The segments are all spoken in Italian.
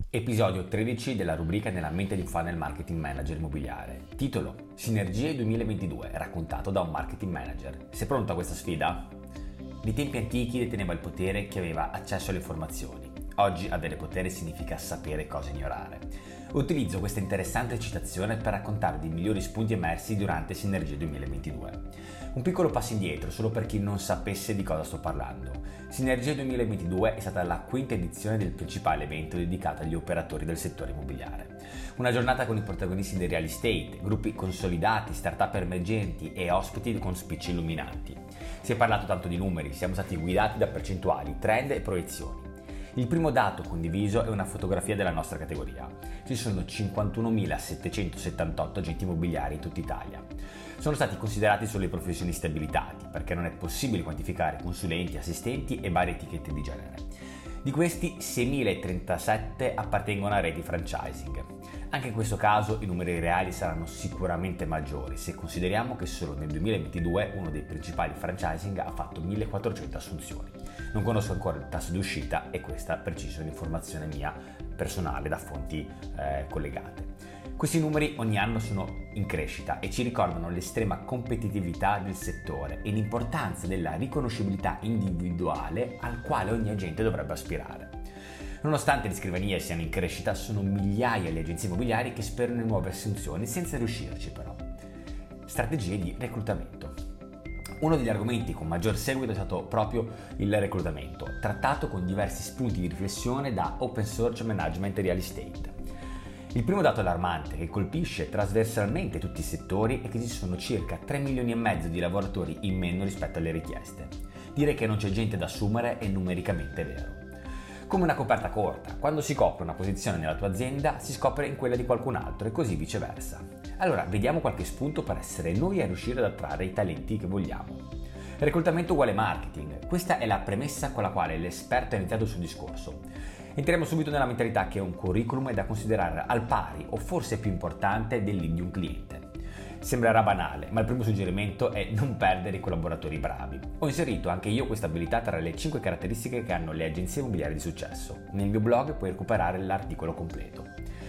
Episodio 13 della rubrica Nella mente di un funnel marketing manager immobiliare. Titolo: Sinergie 2022, raccontato da un marketing manager. Sei pronto a questa sfida? Nei tempi antichi deteneva il potere chi aveva accesso alle informazioni. Oggi avere potere significa sapere cosa ignorare. Utilizzo questa interessante citazione per raccontarvi i migliori spunti emersi durante Sinergie 2022. Un piccolo passo indietro solo per chi non sapesse di cosa sto parlando. Sinergie 2022 è stata la quinta edizione del principale evento dedicato agli operatori del settore immobiliare. Una giornata con i protagonisti del real estate, gruppi consolidati, start-up emergenti e ospiti con spicci illuminanti. Si è parlato tanto di numeri, siamo stati guidati da percentuali, trend e proiezioni. Il primo dato condiviso è una fotografia della nostra categoria. Ci sono 51.778 agenti immobiliari in tutta Italia. Sono stati considerati solo i professionisti abilitati, perché non è possibile quantificare consulenti, assistenti e varie etichette di genere. Di questi, 6.037 appartengono a reti franchising. Anche in questo caso i numeri reali saranno sicuramente maggiori se consideriamo che solo nel 2022 uno dei principali franchising ha fatto 1.400 assunzioni. Non conosco ancora il tasso di uscita e questa preciso è un'informazione mia personale da fonti collegate. Questi numeri ogni anno sono in crescita e ci ricordano l'estrema competitività del settore e l'importanza della riconoscibilità individuale al quale ogni agente dovrebbe aspirare. Nonostante le scrivanie siano in crescita, sono migliaia le agenzie immobiliari che sperano in nuove assunzioni senza riuscirci però. Strategie di reclutamento. Uno degli argomenti con maggior seguito è stato proprio il reclutamento, trattato con diversi spunti di riflessione da Open Search Management e Real Estate. Il primo dato allarmante che colpisce trasversalmente tutti i settori è che ci sono circa 3 milioni e mezzo di lavoratori in meno rispetto alle richieste. Dire che non c'è gente da assumere è numericamente vero. Come una coperta corta, quando si copre una posizione nella tua azienda si scopre in quella di qualcun altro e così viceversa. Allora vediamo qualche spunto per essere noi a riuscire ad attrarre i talenti che vogliamo. Reclutamento uguale marketing, questa è la premessa con la quale l'esperto ha iniziato il suo discorso. Entriamo subito nella mentalità che un curriculum è da considerare al pari o forse più importante del lead di un cliente. Sembrerà banale, ma il primo suggerimento è non perdere i collaboratori bravi. Ho inserito anche io questa abilità tra le 5 caratteristiche che hanno le agenzie immobiliari di successo. Nel mio blog puoi recuperare l'articolo completo.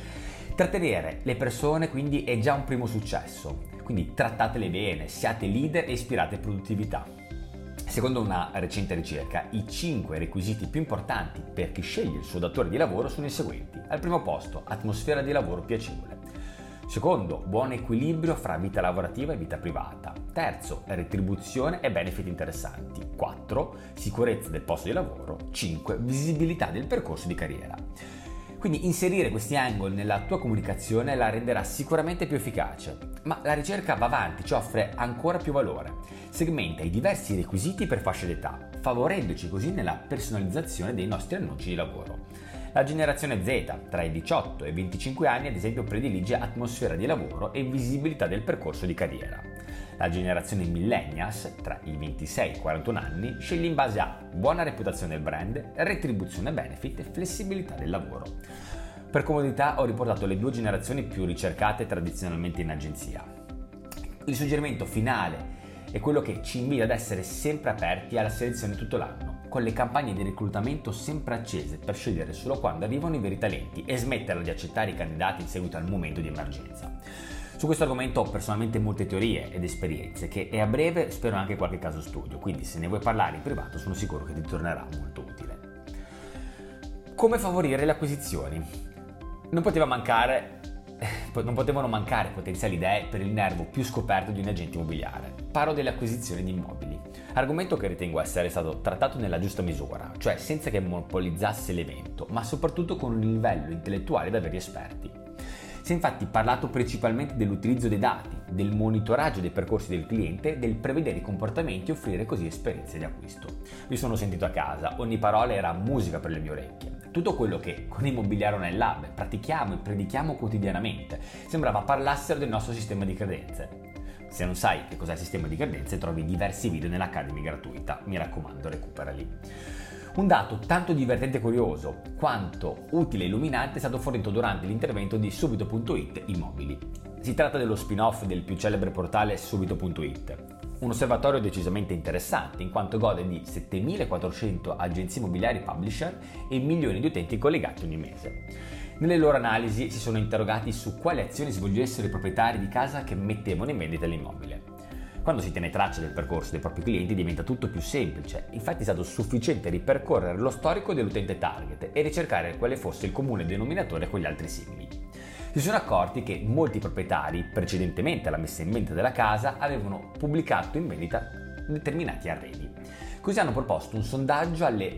Trattenere le persone quindi è già un primo successo, quindi trattatele bene, siate leader e ispirate produttività. Secondo una recente ricerca, i 5 requisiti più importanti per chi sceglie il suo datore di lavoro sono i seguenti. Al primo posto, atmosfera di lavoro piacevole. Secondo, buon equilibrio fra vita lavorativa e vita privata. Terzo, retribuzione e benefit interessanti. 4, sicurezza del posto di lavoro. 5, visibilità del percorso di carriera. Quindi inserire questi angle nella tua comunicazione la renderà sicuramente più efficace, ma la ricerca va avanti, ci offre ancora più valore. Segmenta i diversi requisiti per fasce d'età, favorendoci così nella personalizzazione dei nostri annunci di lavoro. La generazione Z, tra i 18 e i 25 anni, ad esempio, predilige atmosfera di lavoro e visibilità del percorso di carriera. La generazione Millennials, tra i 26 e i 41 anni, sceglie in base a buona reputazione del brand, retribuzione benefit e flessibilità del lavoro. Per comodità ho riportato le 2 generazioni più ricercate tradizionalmente in agenzia. Il suggerimento finale è quello che ci invita ad essere sempre aperti alla selezione tutto l'anno, con le campagne di reclutamento sempre accese per scegliere solo quando arrivano i veri talenti e smetterla di accettare i candidati in seguito al momento di emergenza. Su questo argomento ho personalmente molte teorie ed esperienze che a breve spero anche qualche caso studio, quindi se ne vuoi parlare in privato sono sicuro che ti tornerà molto utile. Come favorire le acquisizioni? Non potevano mancare potenziali idee per il nervo più scoperto di un agente immobiliare. Parlo delle acquisizioni di immobili, argomento che ritengo essere stato trattato nella giusta misura, cioè senza che monopolizzasse l'evento, ma soprattutto con un livello intellettuale da veri esperti. Si è infatti parlato principalmente dell'utilizzo dei dati, del monitoraggio dei percorsi del cliente, del prevedere i comportamenti e offrire così esperienze di acquisto. Mi sono sentito a casa, ogni parola era musica per le mie orecchie. Tutto quello che con Immobiliare Online Lab pratichiamo e predichiamo quotidianamente sembrava parlassero del nostro sistema di credenze. Se non sai che cos'è il sistema di credenze, trovi diversi video nell'Academy gratuita, mi raccomando, recuperali. Un dato tanto divertente e curioso quanto utile e illuminante è stato fornito durante l'intervento di Subito.it Immobili. Si tratta dello spin-off del più celebre portale Subito.it, un osservatorio decisamente interessante in quanto gode di 7.400 agenzie immobiliari publisher e milioni di utenti collegati ogni mese. Nelle loro analisi si sono interrogati su quali azioni svolgessero i proprietari di casa che mettevano in vendita l'immobile. Quando si tiene traccia del percorso dei propri clienti diventa tutto più semplice, infatti è stato sufficiente ripercorrere lo storico dell'utente target e ricercare quale fosse il comune denominatore con gli altri simili. Si sono accorti che molti proprietari, precedentemente alla messa in vendita della casa, avevano pubblicato in vendita determinati arredi. Così hanno proposto un sondaggio alle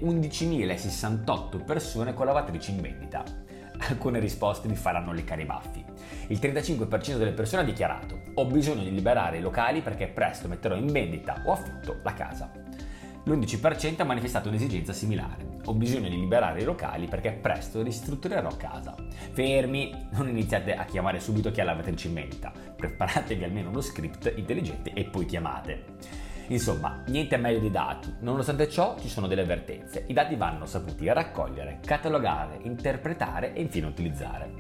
11.068 persone con lavatrici in vendita. Alcune risposte vi faranno leccare i baffi. Il 35% delle persone ha dichiarato: ho bisogno di liberare i locali perché presto metterò in vendita o affitto la casa. L'11% ha manifestato un'esigenza similare: ho bisogno di liberare i locali perché presto ristrutturerò casa. Fermi, non iniziate a chiamare subito chi ha la lavatrice in vendita, preparatevi almeno uno script intelligente e poi chiamate. Insomma, niente meglio dei dati. Nonostante ciò, ci sono delle avvertenze. I dati vanno saputi raccogliere, catalogare, interpretare e infine utilizzare.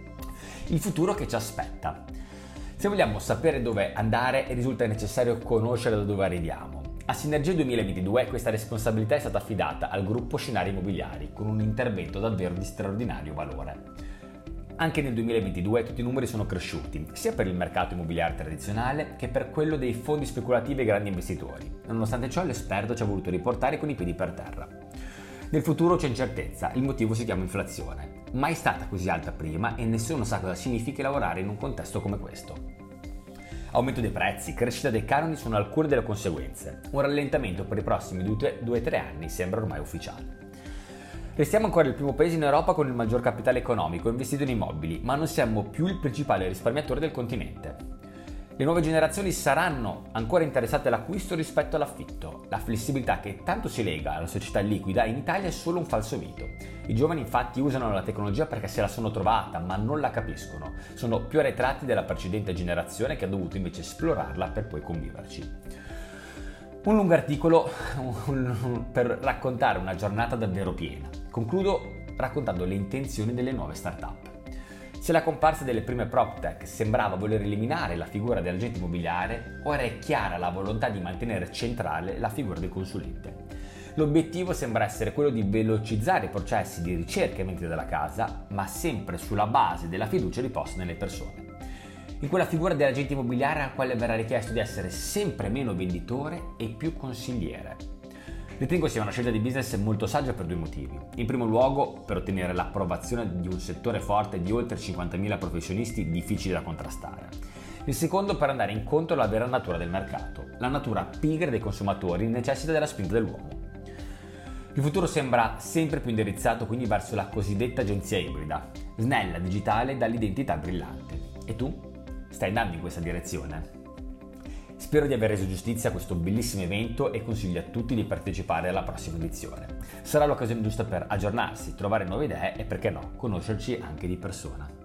Il futuro che ci aspetta. Se vogliamo sapere dove andare, risulta necessario conoscere da dove arriviamo. A Sinergia 2022 questa responsabilità è stata affidata al gruppo Scenari Immobiliari, con un intervento davvero di straordinario valore. Anche nel 2022 tutti i numeri sono cresciuti, sia per il mercato immobiliare tradizionale che per quello dei fondi speculativi e grandi investitori. Nonostante ciò, l'esperto ci ha voluto riportare con i piedi per terra. Nel futuro c'è incertezza, il motivo si chiama inflazione. Mai stata così alta prima e nessuno sa cosa significhi lavorare in un contesto come questo. Aumento dei prezzi, crescita dei canoni sono alcune delle conseguenze. Un rallentamento per i prossimi 2-3 anni sembra ormai ufficiale. Restiamo ancora il primo paese in Europa con il maggior capitale economico investito in immobili, ma non siamo più il principale risparmiatore del continente. Le nuove generazioni saranno ancora interessate all'acquisto rispetto all'affitto. La flessibilità che tanto si lega alla società liquida in Italia è solo un falso mito. I giovani infatti usano la tecnologia perché se la sono trovata, ma non la capiscono. Sono più arretrati della precedente generazione che ha dovuto invece esplorarla per poi conviverci. Un lungo articolo per raccontare una giornata davvero piena. Concludo raccontando le intenzioni delle nuove start-up. Se la comparsa delle prime PropTech sembrava voler eliminare la figura dell'agente immobiliare, ora è chiara la volontà di mantenere centrale la figura del consulente. L'obiettivo sembra essere quello di velocizzare i processi di ricerca e vendita della casa, ma sempre sulla base della fiducia riposta nelle persone. In quella figura dell'agente immobiliare al quale verrà richiesto di essere sempre meno venditore e più consigliere. Ritengo sia una scelta di business molto saggia per due motivi. In primo luogo, per ottenere l'approvazione di un settore forte di oltre 50.000 professionisti difficili da contrastare. Il secondo, per andare incontro alla vera natura del mercato. La natura pigra dei consumatori necessita della spinta dell'uomo. Il futuro sembra sempre più indirizzato quindi verso la cosiddetta agenzia ibrida, snella, digitale, dall'identità brillante. E tu? Stai andando in questa direzione? Spero di aver reso giustizia a questo bellissimo evento e consiglio a tutti di partecipare alla prossima edizione. Sarà l'occasione giusta per aggiornarsi, trovare nuove idee e, perché no, conoscerci anche di persona.